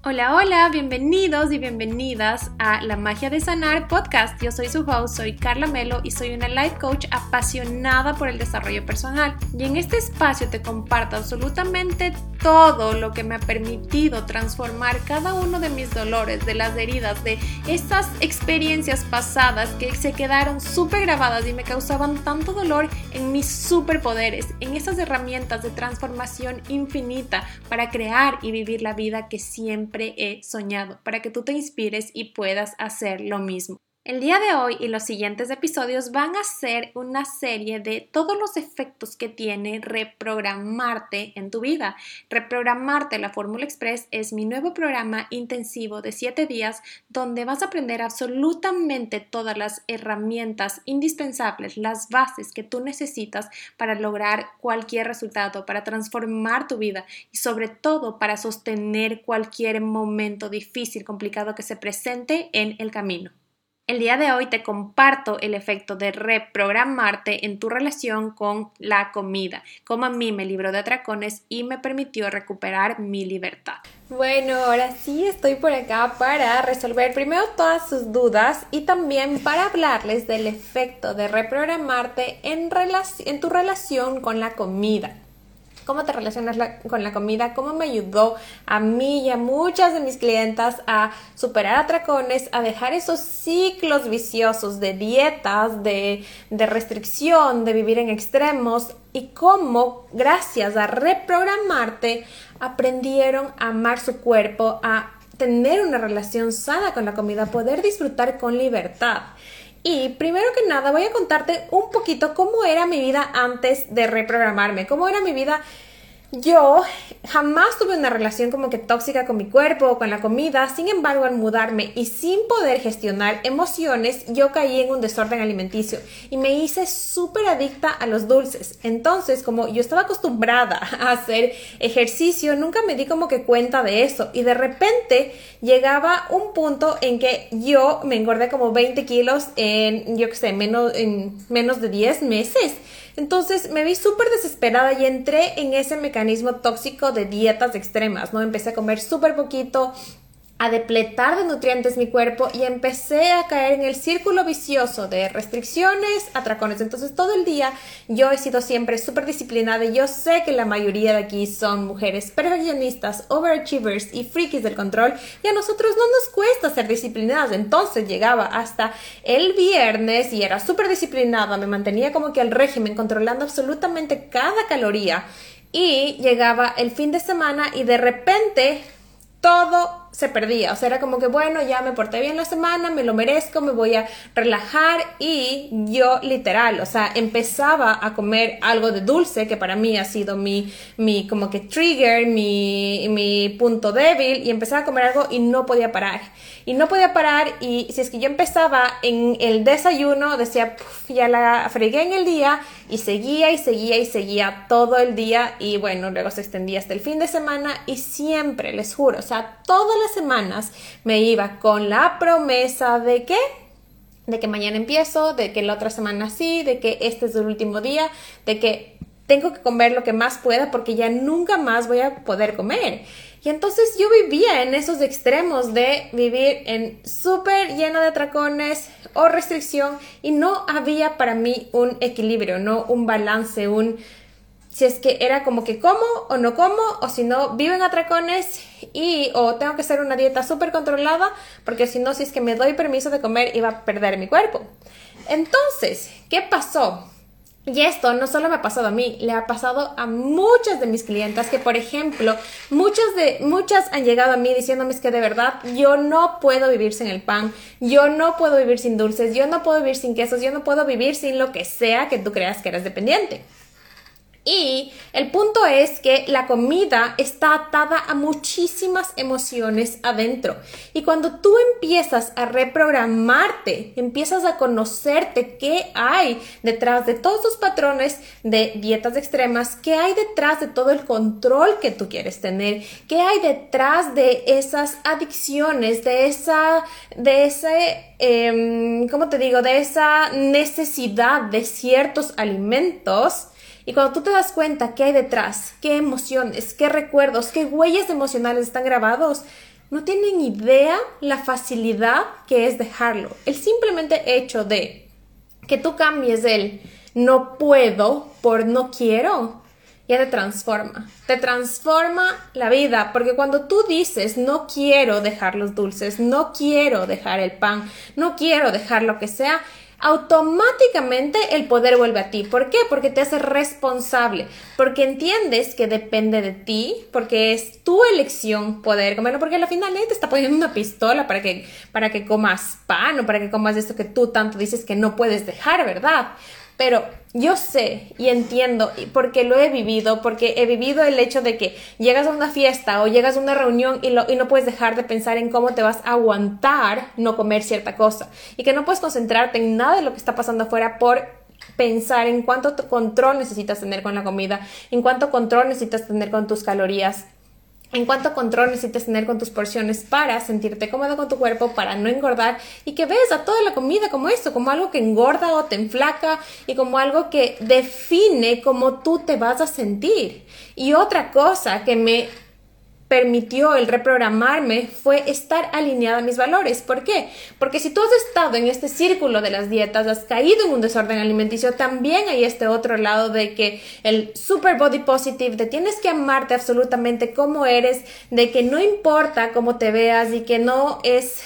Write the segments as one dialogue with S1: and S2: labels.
S1: Hola, hola, bienvenidos y bienvenidas a La Magia de Sanar podcast. Yo soy su host, soy Carla Melo y soy una life coach apasionada por el desarrollo personal. Y en este espacio te comparto absolutamente todo lo que me ha permitido transformar cada uno de mis dolores, de las heridas, de esas experiencias pasadas que se quedaron súper grabadas y me causaban tanto dolor en mis superpoderes, en esas herramientas de transformación infinita para crear y vivir la vida que siempre he soñado, para que tú te inspires y puedas hacer lo mismo. El día de hoy y los siguientes episodios van a ser una serie de todos los efectos que tiene reprogramarte en tu vida. Reprogramarte la Fórmula Express es mi nuevo programa intensivo de 7 días donde vas a aprender absolutamente todas las herramientas indispensables, las bases que tú necesitas para lograr cualquier resultado, para transformar tu vida y sobre todo para sostener cualquier momento difícil, complicado que se presente en el camino. El día de hoy te comparto el efecto de reprogramarte en tu relación con la comida, cómo a mí me libró de atracones y me permitió recuperar mi libertad. Bueno, ahora sí estoy por acá para resolver primero todas sus dudas y también para hablarles del efecto de reprogramarte en tu relación con la comida. ¿Cómo te relacionas con la comida? ¿Cómo me ayudó a mí y a muchas de mis clientas a superar atracones, a dejar esos ciclos viciosos de dietas, de restricción, de vivir en extremos? Y cómo, gracias a reprogramarte, aprendieron a amar su cuerpo, a tener una relación sana con la comida, a poder disfrutar con libertad. Y primero que nada voy a contarte un poquito cómo era mi vida antes de reprogramarme, cómo era mi vida. Yo jamás tuve una relación como que tóxica con mi cuerpo o con la comida. Sin embargo, al mudarme y sin poder gestionar emociones, yo caí en un desorden alimenticio y me hice súper adicta a los dulces. Entonces, como yo estaba acostumbrada a hacer ejercicio, nunca me di como que cuenta de eso. Y de repente llegaba un punto en que yo me engordé como 20 kilos en menos de 10 meses. Entonces me vi súper desesperada y entré en ese mecanismo tóxico de dietas extremas, ¿no? Empecé a comer súper poquito, a depletar de nutrientes mi cuerpo y empecé a caer en el círculo vicioso de restricciones, atracones. Entonces todo el día yo he sido siempre súper disciplinada y yo sé que la mayoría de aquí son mujeres perfeccionistas, overachievers y frikis del control y a nosotros no nos cuesta ser disciplinadas. Entonces llegaba hasta el viernes y era súper disciplinada, me mantenía como que al régimen, controlando absolutamente cada caloría y llegaba el fin de semana y de repente todo se perdía, o sea, era como que bueno, ya me porté bien la semana, me lo merezco, me voy a relajar y yo literal, o sea, empezaba a comer algo de dulce que para mí ha sido mi como que trigger, mi punto débil y empezaba a comer algo y no podía parar y si es que yo empezaba en el desayuno decía, ya la fregué en el día y seguía todo el día y bueno, luego se extendía hasta el fin de semana y siempre, les juro, o sea, todas las semanas me iba con la promesa de que mañana empiezo, de que la otra semana sí, de que este es el último día, de que tengo que comer lo que más pueda porque ya nunca más voy a poder comer. Y entonces yo vivía en esos extremos de vivir en súper lleno de atracones o restricción y no había para mí un equilibrio, no un balance, si es que era como que como o no como, o si no, vivo en atracones o tengo que hacer una dieta súper controlada, porque si no, si es que me doy permiso de comer, iba a perder mi cuerpo. Entonces, ¿qué pasó? Y esto no solo me ha pasado a mí, le ha pasado a muchas de mis clientas que, por ejemplo, muchas han llegado a mí diciéndome es que de verdad yo no puedo vivir sin el pan, yo no puedo vivir sin dulces, yo no puedo vivir sin quesos, yo no puedo vivir sin lo que sea que tú creas que eres dependiente. Y el punto es que la comida está atada a muchísimas emociones adentro. Y cuando tú empiezas a reprogramarte, empiezas a conocerte qué hay detrás de todos esos patrones de dietas extremas, qué hay detrás de todo el control que tú quieres tener, qué hay detrás de esas adicciones, de esa necesidad de ciertos alimentos. Y cuando tú te das cuenta qué hay detrás, qué emociones, qué recuerdos, qué huellas emocionales están grabados, no tienen idea la facilidad que es dejarlo. El simplemente hecho de que tú cambies el no puedo por no quiero, ya te transforma la vida, porque cuando tú dices no quiero dejar los dulces, no quiero dejar el pan, no quiero dejar lo que sea, automáticamente el poder vuelve a ti. ¿Por qué? Porque te hace responsable, porque entiendes que depende de ti, porque es tu elección poder comerlo, porque al final nadie te está poniendo una pistola para que comas pan o para que comas esto que tú tanto dices que no puedes dejar, ¿verdad? Pero yo sé y entiendo, porque lo he vivido, porque he vivido el hecho de que llegas a una fiesta o llegas a una reunión y no puedes dejar de pensar en cómo te vas a aguantar no comer cierta cosa y que no puedes concentrarte en nada de lo que está pasando afuera por pensar en cuánto control necesitas tener con la comida, en cuánto control necesitas tener con tus calorías, en cuánto control necesitas tener con tus porciones para sentirte cómodo con tu cuerpo, para no engordar y que ves a toda la comida como esto, como algo que engorda o te enflaca y como algo que define cómo tú te vas a sentir. Y otra cosa que me permitió el reprogramarme fue estar alineada a mis valores. ¿Por qué? Porque si tú has estado en este círculo de las dietas, has caído en un desorden alimenticio, también hay este otro lado de que el super body positive, de tienes que amarte absolutamente como eres, de que no importa cómo te veas y que no es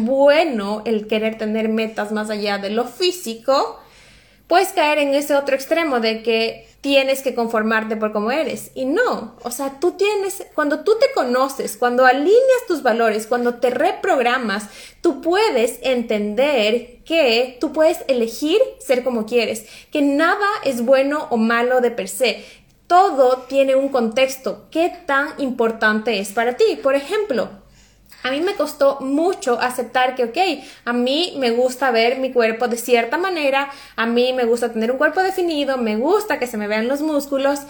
S1: bueno el querer tener metas más allá de lo físico, puedes caer en ese otro extremo de que tienes que conformarte por cómo eres. Y no, o sea, cuando tú te conoces, cuando alineas tus valores, cuando te reprogramas, tú puedes entender que tú puedes elegir ser como quieres, que nada es bueno o malo de per se. Todo tiene un contexto. ¿Qué tan importante es para ti? Por ejemplo, a mí me costó mucho aceptar que, ok, a mí me gusta ver mi cuerpo de cierta manera, a mí me gusta tener un cuerpo definido, me gusta que se me vean los músculos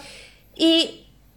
S1: y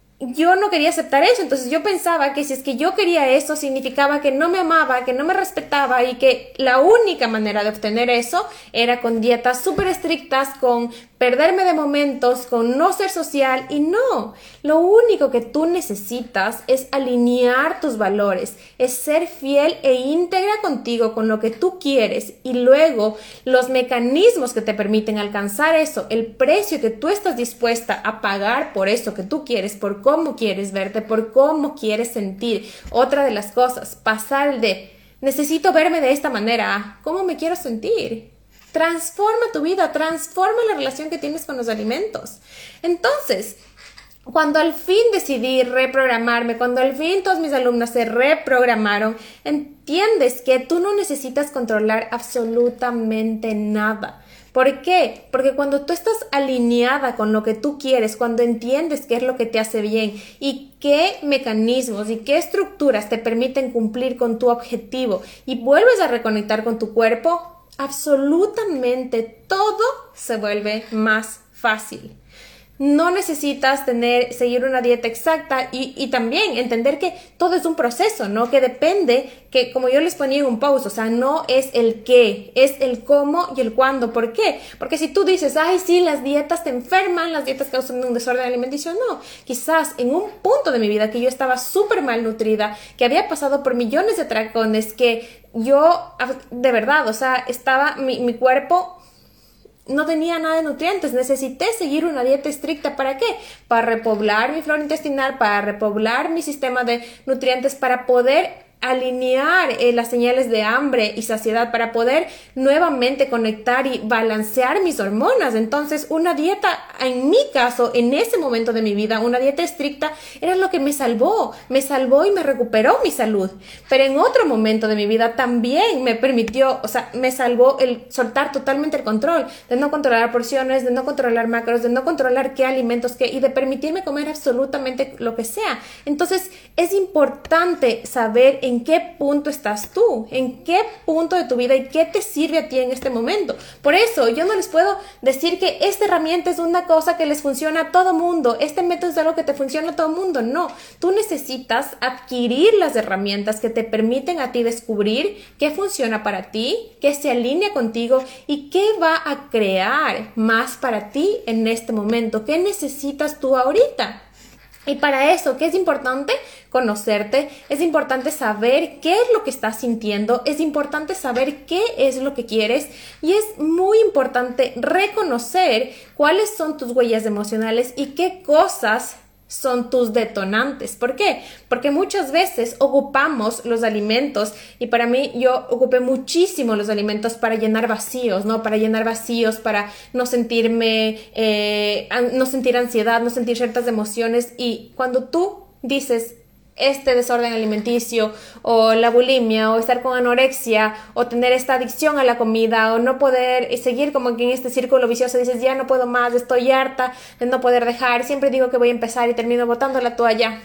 S1: yo no quería aceptar eso. Entonces yo pensaba que si es que yo quería eso significaba que no me amaba, que no me respetaba y que la única manera de obtener eso era con dietas súper estrictas, con perderme de momentos, con no ser social. Y no, lo único que tú necesitas es alinear tus valores, es ser fiel e íntegra contigo, con lo que tú quieres, y luego los mecanismos que te permiten alcanzar eso, el precio que tú estás dispuesta a pagar por eso que tú quieres, por cómo quieres verte, por cómo quieres sentir. Otra de las cosas, pasar de necesito verme de esta manera a cómo me quiero sentir. Transforma tu vida, transforma la relación que tienes con los alimentos. Entonces, cuando al fin decidí reprogramarme, cuando al fin todas mis alumnas se reprogramaron, entiendes que tú no necesitas controlar absolutamente nada. ¿Por qué? Porque cuando tú estás alineada con lo que tú quieres, cuando entiendes qué es lo que te hace bien y qué mecanismos y qué estructuras te permiten cumplir con tu objetivo y vuelves a reconectar con tu cuerpo, absolutamente todo se vuelve más fácil. No necesitas seguir una dieta exacta y también entender que todo es un proceso, ¿no? Que depende, que como yo les ponía en un post, o sea, no es el qué, es el cómo y el cuándo. ¿Por qué? Porque si tú dices, ay, sí, las dietas te enferman, las dietas causan un desorden alimenticio, no. Quizás en un punto de mi vida que yo estaba súper malnutrida, que había pasado por millones de atracones, que yo, de verdad, o sea, mi cuerpo no tenía nada de nutrientes, necesité seguir una dieta estricta. ¿Para qué? Para repoblar mi flora intestinal, para repoblar mi sistema de nutrientes, para poder alinear las señales de hambre y saciedad, para poder nuevamente conectar y balancear mis hormonas. Entonces, una dieta, en mi caso, en ese momento de mi vida, una dieta estricta era lo que me salvó y me recuperó mi salud. Pero en otro momento de mi vida también me permitió, o sea, me salvó el soltar totalmente el control, de no controlar porciones, de no controlar macros, de no controlar qué alimentos y de permitirme comer absolutamente lo que sea. Entonces, es importante saber en qué punto estás tú, en qué punto de tu vida y qué te sirve a ti en este momento. Por eso yo no les puedo decir que esta herramienta es una cosa que les funciona a todo mundo, este método es algo que te funciona a todo mundo. No, tú necesitas adquirir las herramientas que te permiten a ti descubrir qué funciona para ti, qué se alinea contigo y qué va a crear más para ti en este momento. ¿Qué necesitas tú ahorita? Y para eso, ¿qué es importante? Conocerte, es importante saber qué es lo que estás sintiendo, es importante saber qué es lo que quieres y es muy importante reconocer cuáles son tus huellas emocionales y qué cosas son tus detonantes. ¿Por qué? Porque muchas veces ocupamos los alimentos y para mí yo ocupé muchísimo los alimentos para llenar vacíos, ¿no? Para llenar vacíos, para no sentirme, no sentir ansiedad, no sentir ciertas emociones y cuando tú dices este desorden alimenticio o la bulimia o estar con anorexia o tener esta adicción a la comida o no poder seguir como que en este círculo vicioso dices ya no puedo más, estoy harta de no poder dejar, siempre digo que voy a empezar y termino botando la toalla.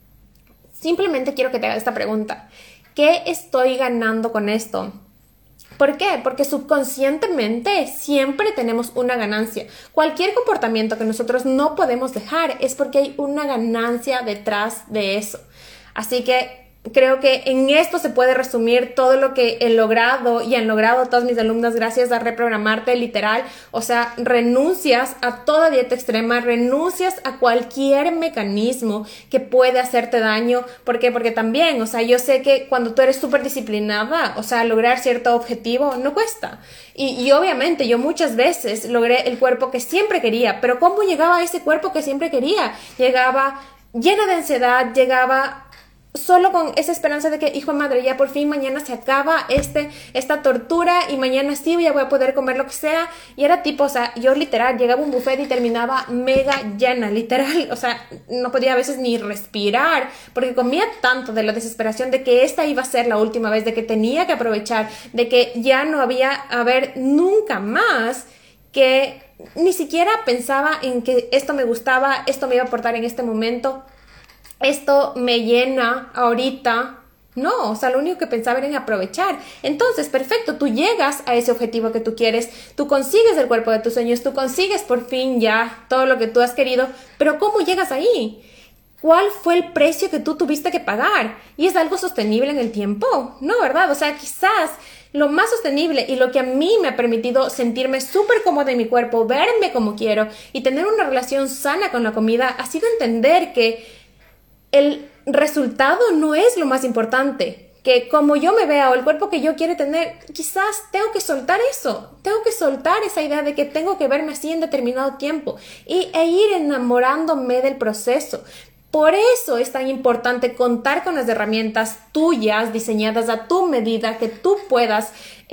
S1: Simplemente quiero que te hagas esta pregunta. ¿Qué estoy ganando con esto? ¿Por qué? Porque subconscientemente siempre tenemos una ganancia. Cualquier comportamiento que nosotros no podemos dejar es porque hay una ganancia detrás de eso. Así que creo que en esto se puede resumir todo lo que he logrado y han logrado todas mis alumnas gracias a reprogramarte literal. O sea, renuncias a toda dieta extrema, renuncias a cualquier mecanismo que puede hacerte daño. ¿Por qué? Porque también, o sea, yo sé que cuando tú eres súper disciplinada, o sea, lograr cierto objetivo no cuesta. Y obviamente yo muchas veces logré el cuerpo que siempre quería, pero ¿cómo llegaba a ese cuerpo que siempre quería? Llegaba llena de ansiedad, llegaba solo con esa esperanza de que, hijo de madre, ya por fin mañana se acaba esta tortura y mañana sí ya voy a poder comer lo que sea. Y era tipo, o sea, yo literal llegaba a un buffet y terminaba mega llena, literal. O sea, no podía a veces ni respirar porque comía tanto de la desesperación de que esta iba a ser la última vez, de que tenía que aprovechar, de que ya no había a ver nunca más, que ni siquiera pensaba en que esto me gustaba, esto me iba a aportar en este momento. Esto me llena ahorita. No, o sea, lo único que pensaba era en aprovechar. Entonces, perfecto, tú llegas a ese objetivo que tú quieres, tú consigues el cuerpo de tus sueños, tú consigues por fin ya todo lo que tú has querido, pero ¿cómo llegas ahí? ¿Cuál fue el precio que tú tuviste que pagar? ¿Y es algo sostenible en el tiempo? No, ¿verdad? O sea, quizás lo más sostenible y lo que a mí me ha permitido sentirme súper cómoda en mi cuerpo, verme como quiero y tener una relación sana con la comida ha sido entender que el resultado no es lo más importante, que como yo me vea o el cuerpo que yo quiero tener, quizás tengo que soltar eso, tengo que soltar esa idea de que tengo que verme así en determinado tiempo e ir enamorándome del proceso. Por eso es tan importante contar con las herramientas tuyas diseñadas a tu medida que tú puedas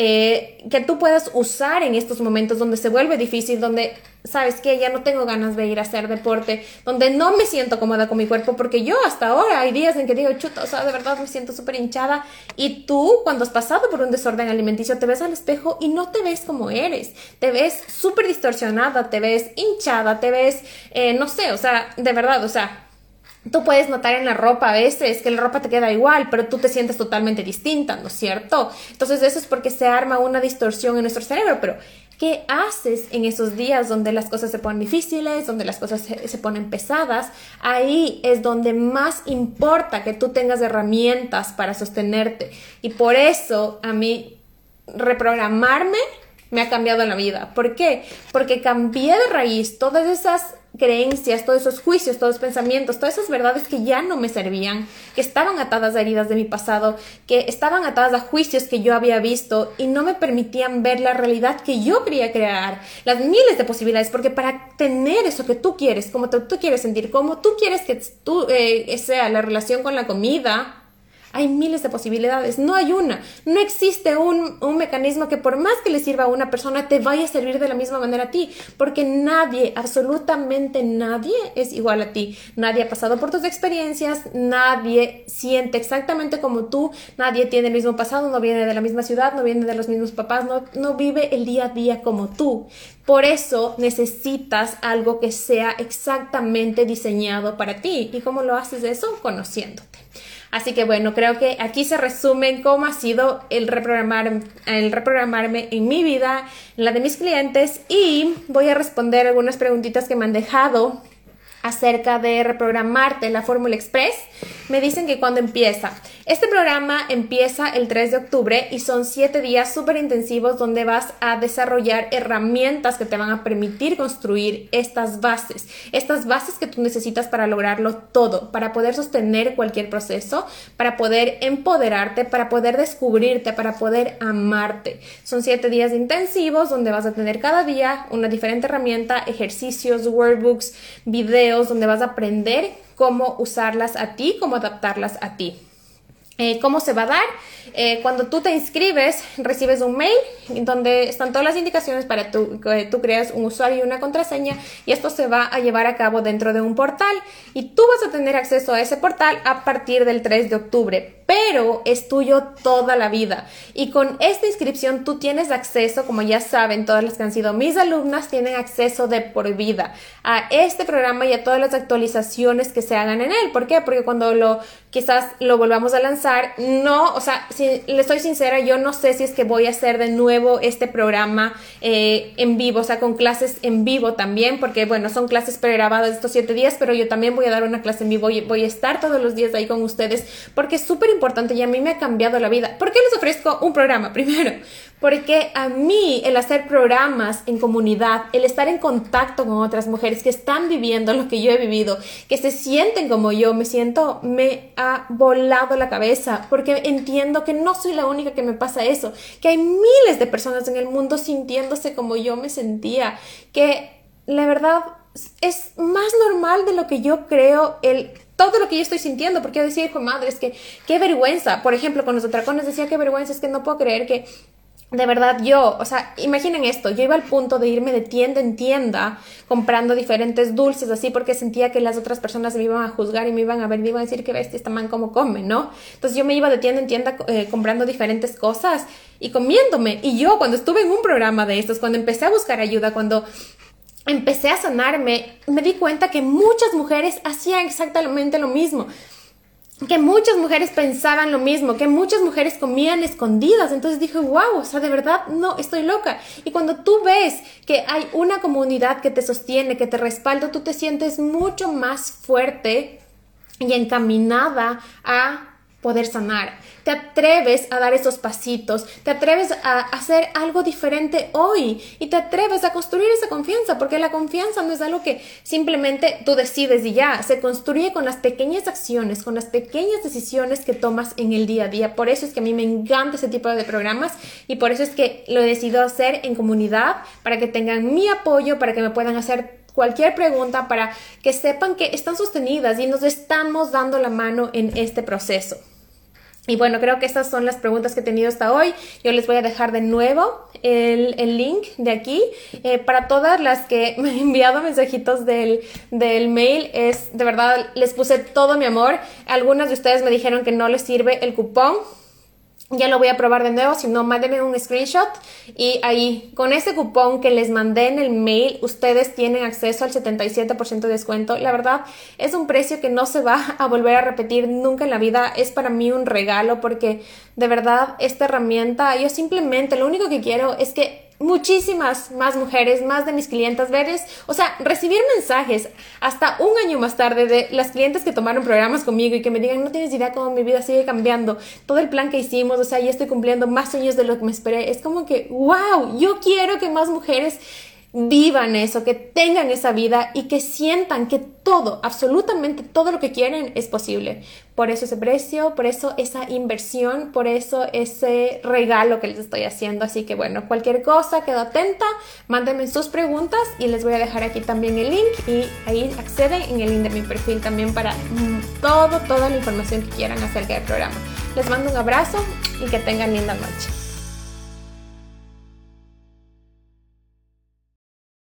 S1: usar en estos momentos donde se vuelve difícil, donde sabes que ya no tengo ganas de ir a hacer deporte, donde no me siento cómoda con mi cuerpo, porque yo hasta ahora hay días en que digo, chuta, o sea, de verdad me siento súper hinchada. Y tú, cuando has pasado por un desorden alimenticio, te ves al espejo y no te ves como eres, te ves súper distorsionada, te ves hinchada, te ves, no sé, o sea, de verdad, o sea, tú puedes notar en la ropa a veces que la ropa te queda igual, pero tú te sientes totalmente distinta, ¿no es cierto? Entonces eso es porque se arma una distorsión en nuestro cerebro, pero ¿qué haces en esos días donde las cosas se ponen difíciles, donde las cosas se ponen pesadas? Ahí es donde más importa que tú tengas herramientas para sostenerte. Y por eso a mí reprogramarme me ha cambiado la vida. ¿Por qué? Porque cambié de raíz todas esas creencias, todos esos juicios, todos esos pensamientos, todas esas verdades que ya no me servían, que estaban atadas a heridas de mi pasado, que estaban atadas a juicios que yo había visto y no me permitían ver la realidad que yo quería crear, las miles de posibilidades, porque para tener eso que tú quieres, como tú quieres sentir, como tú quieres que sea la relación con la comida, hay miles de posibilidades, no hay una, no existe un mecanismo que por más que le sirva a una persona te vaya a servir de la misma manera a ti, porque nadie, absolutamente nadie es igual a ti, nadie ha pasado por tus experiencias, nadie siente exactamente como tú, nadie tiene el mismo pasado, no viene de la misma ciudad, no viene de los mismos papás, no vive el día a día como tú. Por eso necesitas algo que sea exactamente diseñado para ti. ¿Y cómo lo haces eso? Conociéndote. Así que bueno, creo que aquí se resume cómo ha sido el reprogramarme en mi vida, en la de mis clientes, y voy a responder algunas preguntitas que me han dejado acerca de reprogramarte la Fórmula Express. me dicen que cuando empieza. Este programa empieza el 3 de octubre y son 7 días súper intensivos donde vas a desarrollar herramientas que te van a permitir construir estas bases que tú necesitas para lograrlo todo, para poder sostener cualquier proceso, para poder empoderarte, para poder descubrirte, para poder amarte. Son 7 días intensivos donde vas a tener cada día una diferente herramienta, ejercicios, workbooks, videos, donde vas a aprender cómo usarlas a ti, cómo adaptarlas a ti. ¿Cómo se va a dar? Cuando tú te inscribes, recibes un mail donde están todas las indicaciones para que tú creas un usuario y una contraseña, y esto se va a llevar a cabo dentro de un portal y tú vas a tener acceso a ese portal a partir del 3 de octubre, pero es tuyo toda la vida. Y con esta inscripción tú tienes acceso, como ya saben, todas las que han sido mis alumnas tienen acceso de por vida a este programa y a todas las actualizaciones que se hagan en él. ¿Por qué? Porque cuando quizás lo volvamos a lanzar, no, o sea, si les soy sincera, yo no sé si es que voy a hacer de nuevo este programa en vivo, o sea, con clases en vivo también, porque bueno, son clases pregrabadas estos 7 días, pero yo también voy a dar una clase en vivo y voy a estar todos los días ahí con ustedes, porque es súper importante y a mí me ha cambiado la vida. ¿Por qué les ofrezco un programa? Primero, porque a mí el hacer programas en comunidad, el estar en contacto con otras mujeres que están viviendo lo que yo he vivido, que se sienten como yo, me ha volado la cabeza, porque entiendo que no soy la única que me pasa eso, que hay miles de personas en el mundo sintiéndose como yo me sentía, que la verdad es más normal de lo que yo creo todo lo que yo estoy sintiendo, porque yo decía, hijo de madre, es que qué vergüenza. Por ejemplo, con los atracones decía, qué vergüenza, es que no puedo creer que de verdad o sea, imaginen esto, yo iba al punto de irme de tienda en tienda comprando diferentes dulces así, porque sentía que las otras personas me iban a juzgar y me iban a ver y me iban a decir que bestia esta man cómo come, ¿no? Entonces yo me iba de tienda en tienda comprando diferentes cosas y comiéndome. Y yo cuando estuve en un programa de estos, cuando empecé a buscar ayuda, cuando empecé a sanarme, me di cuenta que muchas mujeres hacían exactamente lo mismo, que muchas mujeres pensaban lo mismo, que muchas mujeres comían escondidas. Entonces dije, wow, o sea, de verdad, no, estoy loca. Y cuando tú ves que hay una comunidad que te sostiene, que te respalda, tú te sientes mucho más fuerte y encaminada a poder sanar. Te atreves a dar esos pasitos, te atreves a hacer algo diferente hoy y te atreves a construir esa confianza, porque la confianza no es algo que simplemente tú decides y ya, se construye con las pequeñas acciones, con las pequeñas decisiones que tomas en el día a día. Por eso es que a mí me encanta ese tipo de programas y por eso es que lo he decidido hacer en comunidad, para que tengan mi apoyo, para que me puedan hacer cualquier pregunta, para que sepan que están sostenidas y nos estamos dando la mano en este proceso. Y bueno, creo que estas son las preguntas que he tenido hasta hoy. Yo les voy a dejar de nuevo el link de aquí. Para todas las que me han enviado mensajitos del mail, de verdad, les puse todo mi amor. Algunas de ustedes me dijeron que no les sirve el cupón. Ya lo voy a probar de nuevo, si no, mándenme un screenshot y ahí, con ese cupón que les mandé en el mail, ustedes tienen acceso al 77% de descuento. La verdad, es un precio que no se va a volver a repetir nunca en la vida. Es para mí un regalo porque, de verdad, esta herramienta, yo simplemente lo único que quiero es que muchísimas más mujeres, más de mis clientas, recibir mensajes hasta un año más tarde de las clientes que tomaron programas conmigo y que me digan, no tienes idea cómo mi vida sigue cambiando, todo el plan que hicimos, o sea, ya estoy cumpliendo más sueños de lo que me esperé. Es como que, wow, yo quiero que más mujeres vivan eso, que tengan esa vida y que sientan que todo, absolutamente todo lo que quieren es posible. Por eso ese precio, por eso esa inversión, por eso ese regalo que les estoy haciendo. Así que bueno, cualquier cosa, quedo atenta, mándenme sus preguntas y les voy a dejar aquí también el link y ahí acceden en el link de mi perfil también para toda la información que quieran acerca del programa. Les mando un abrazo y que tengan linda noche.